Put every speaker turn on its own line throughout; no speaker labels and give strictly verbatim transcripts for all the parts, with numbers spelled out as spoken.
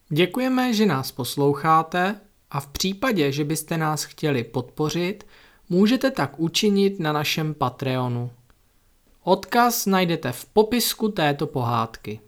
Děkujeme, že nás posloucháte a v případě, že byste nás chtěli podpořit, můžete tak učinit na našem Patreonu. Odkaz najdete v popisku této pohádky.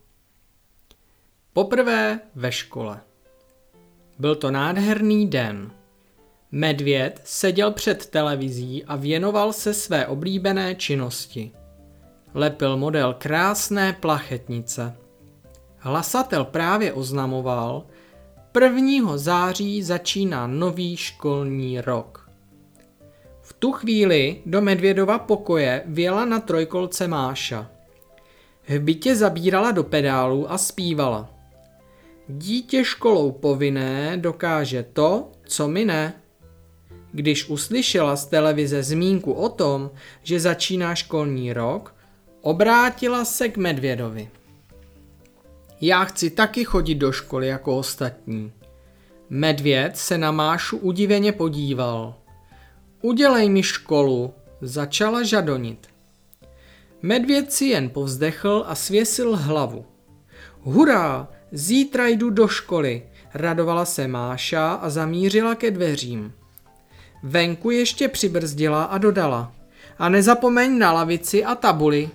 Poprvé ve škole. Byl to nádherný den. Medvěd seděl před televizí a věnoval se své oblíbené činnosti. Lepil model krásné plachetnice. Hlasatel právě oznamoval, prvního září začíná nový školní rok. V tu chvíli do Medvědova pokoje vjela na trojkolce Máša. V bytě zabírala do pedálů a zpívala. Dítě školou povinné dokáže to, co my ne. Když uslyšela z televize zmínku o tom, že začíná školní rok, obrátila se k Medvědovi. Já chci taky chodit do školy jako ostatní. Medvěd se na Mášu udiveně podíval. Udělej mi školu, začala žadonit. Medvěd si jen povzdechl a svěsil hlavu. Hurá, zítra jdu do školy, radovala se Máša a zamířila ke dveřím. Venku ještě přibrzdila a dodala. A nezapomeň na lavici a tabuli.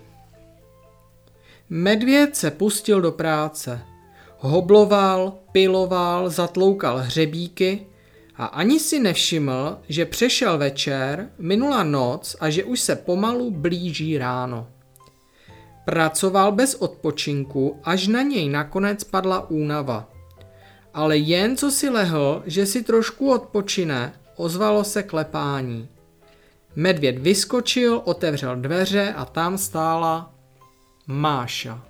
Medvěd se pustil do práce. Hobloval, piloval, zatloukal hřebíky a ani si nevšiml, že přešel večer, minula noc a že už se pomalu blíží ráno. Pracoval bez odpočinku, až na něj nakonec padla únava. Ale jen co si lehl, že si trošku odpočine, ozvalo se klepání. Medvěd vyskočil, otevřel dveře a tam stála Máša.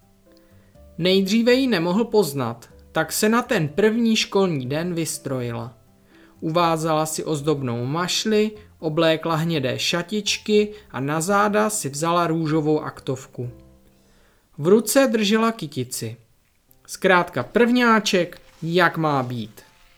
Nejdříve ji nemohl poznat, tak se na ten první školní den vystrojila. Uvázala si ozdobnou mašli, oblékla hnědé šatičky a na záda si vzala růžovou aktovku. V ruce držela kytici. Zkrátka prvňáček, jak má být.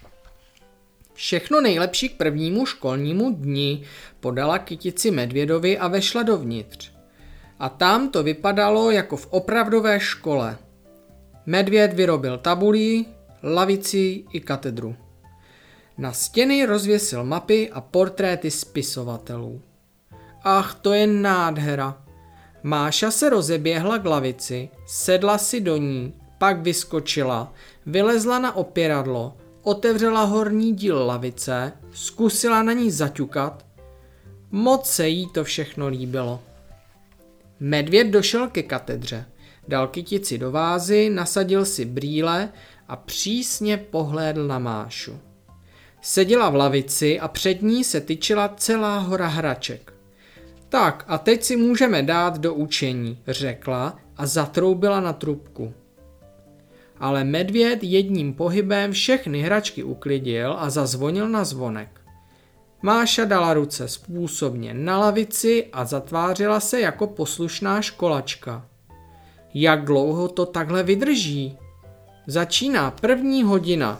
Všechno nejlepší k prvnímu školnímu dni, podala kytici Medvědovi a vešla dovnitř. A tam to vypadalo jako v opravdové škole. Medvěd vyrobil tabulí, lavici i katedru. Na stěny rozvěsil mapy a portréty spisovatelů. Ach, to je nádhera. Máša se rozeběhla k lavici, sedla si do ní, pak vyskočila, vylezla na opěradlo, otevřela horní díl lavice, zkusila na ní zaťukat. Moc se jí to všechno líbilo. Medvěd došel ke katedře, dal kytici do vázy, nasadil si brýle a přísně pohlédl na Mášu. Seděla v lavici a před ní se tyčila celá hora hraček. Tak a teď si můžeme dát do učení, řekla a zatroubila na trubku. Ale Medvěd jedním pohybem všechny hračky uklidil a zazvonil na zvonek. Máša dala ruce způsobně na lavici a zatvářila se jako poslušná školačka. Jak dlouho to takhle vydrží? Začíná první hodina.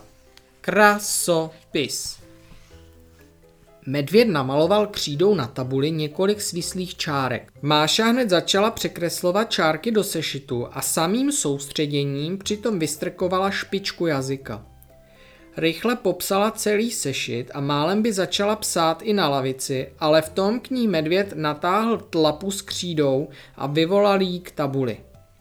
Krasopis. Medvěd namaloval křídou na tabuli několik svislých čárek. Máša hned začala překreslovat čárky do sešitu a samým soustředěním přitom vystrkovala špičku jazyka. Rychle popsala celý sešit a málem by začala psát i na lavici, ale v tom k ní Medvěd natáhl tlapu s křídou a vyvolal jí k tabuli.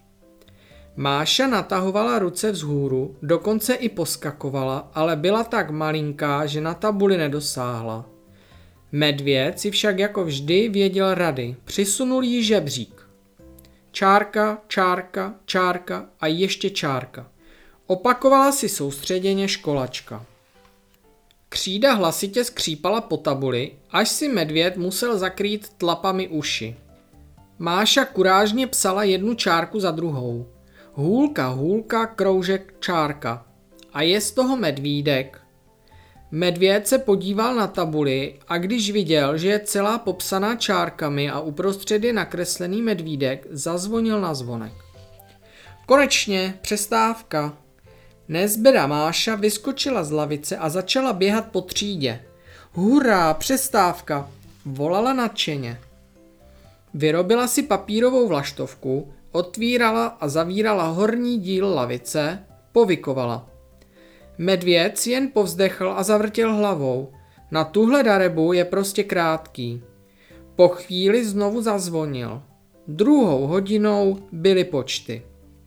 Máša natahovala ruce vzhůru, dokonce i poskakovala, ale byla tak malinká, že na tabuli nedosáhla. Medvěd si však jako vždy věděl rady, přisunul jí žebřík. Čárka, čárka, čárka a ještě čárka. Opakovala si soustředěně školačka. Křída hlasitě skřípala po tabuli, až si Medvěd musel zakrýt tlapami uši. Máša kurážně psala jednu čárku za druhou. Hůlka, hůlka, kroužek, čárka. A je z toho medvídek. Medvěd se podíval na tabuli a když viděl, že je celá popsaná čárkami a uprostřed je nakreslený medvídek, zazvonil na zvonek. Konečně, přestávka. Nezbeda Máša vyskočila z lavice a začala běhat po třídě. Hurá, přestávka, volala nadšeně. Vyrobila si papírovou vlaštovku, otvírala a zavírala horní díl lavice, povykovala. Medvěd si jen povzdechl a zavrtěl hlavou. Na tuhle darebu je prostě krátký. Po chvíli znovu zazvonil. Druhou hodinou byly počty.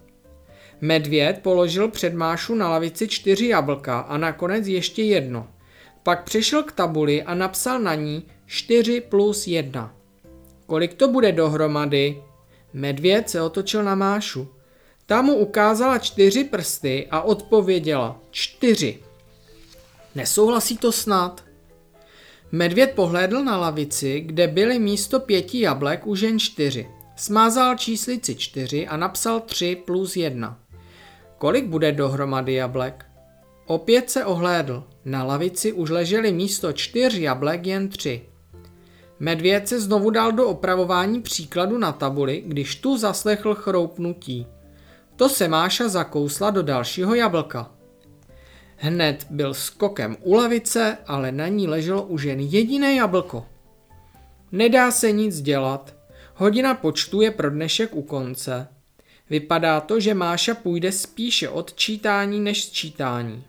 Medvěd položil před Mášu na lavici čtyři jablka a nakonec ještě jedno. Pak přešel k tabuli a napsal na ní čtyři plus jedna. Kolik to bude dohromady? Medvěd se otočil na Mášu. Ta mu ukázala čtyři prsty a odpověděla čtyři. Nesouhlasí to snad? Medvěd pohlédl na lavici, kde byly místo pěti jablek už jen čtyři. Smázal číslici čtyři a napsal tři plus jedna. Kolik bude dohromady jablek? Opět se ohlédl. Na lavici už ležely místo čtyř jablek jen tři. Medvěd se znovu dal do opravování příkladu na tabuli, když tu zaslechl chroupnutí. To se Máša zakousla do dalšího jablka. Hned byl skokem u lavice, ale na ní leželo už jen jediné jablko. Nedá se nic dělat. Hodina počtu je pro dnešek u konce. Vypadá to, že Máša půjde spíše od čítání než sčítání.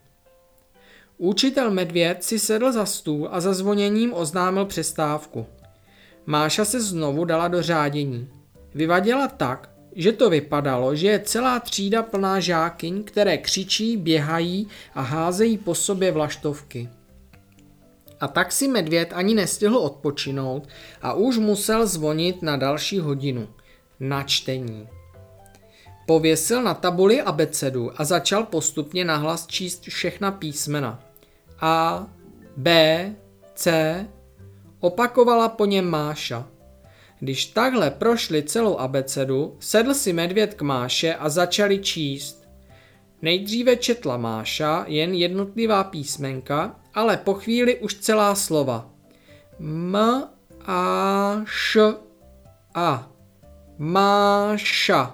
Učitel Medvěd si sedl za stůl a za zvoněním oznámil přestávku. Máša se znovu dala do řádění. Vyvadila tak, že to vypadalo, že je celá třída plná žákyň, které křičí, běhají a házejí po sobě vlaštovky. A tak si Medvěd ani nestihl odpočinout a už musel zvonit na další hodinu. Na čtení. Pověsil na tabuli abecedu a začal postupně nahlas číst všechna písmena. A, B, C, opakovala po něm Máša. Když takhle prošli celou abecedu, sedl si Medvěd k Máše a začali číst. Nejdříve četla Máša jen jednotlivá písmenka, ale po chvíli už celá slova. M, A, Š, A. Máša.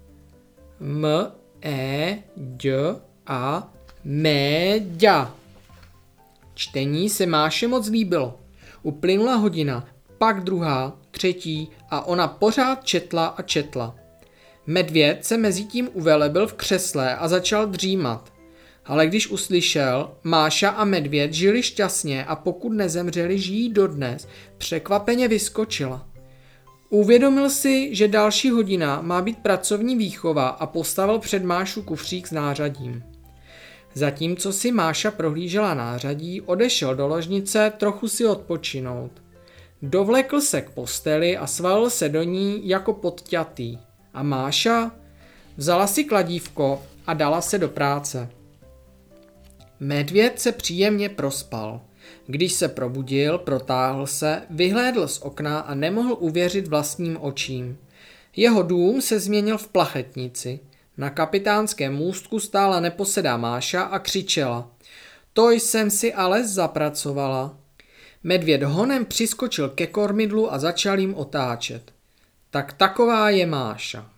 M, E, D, A, Méďa. Čtení se Máše moc líbilo. Uplynula hodina, pak druhá, třetí a ona pořád četla a četla. Medvěd se mezitím uvelebil v křesle a začal dřímat. Ale když uslyšel, Máša a Medvěd žili šťastně a pokud nezemřeli, žijí dodnes, překvapeně vyskočila. Uvědomil si, že další hodina má být pracovní výchova a postavil před Mášu kufřík s nářadím. Zatímco si Máša prohlížela nářadí, odešel do ložnice trochu si odpočinout. Dovlekl se k posteli a svalil se do ní jako podťatý. A Máša vzala si kladívko a dala se do práce. Medvěd se příjemně prospal. Když se probudil, protáhl se, vyhlédl z okna a nemohl uvěřit vlastním očím. Jeho dům se změnil v plachetnici. Na kapitánském můstku stála neposedá Máša a křičela. To jsem si ale zapracovala. Medvěd honem přiskočil ke kormidlu a začal jim otáčet. Tak taková je Máša.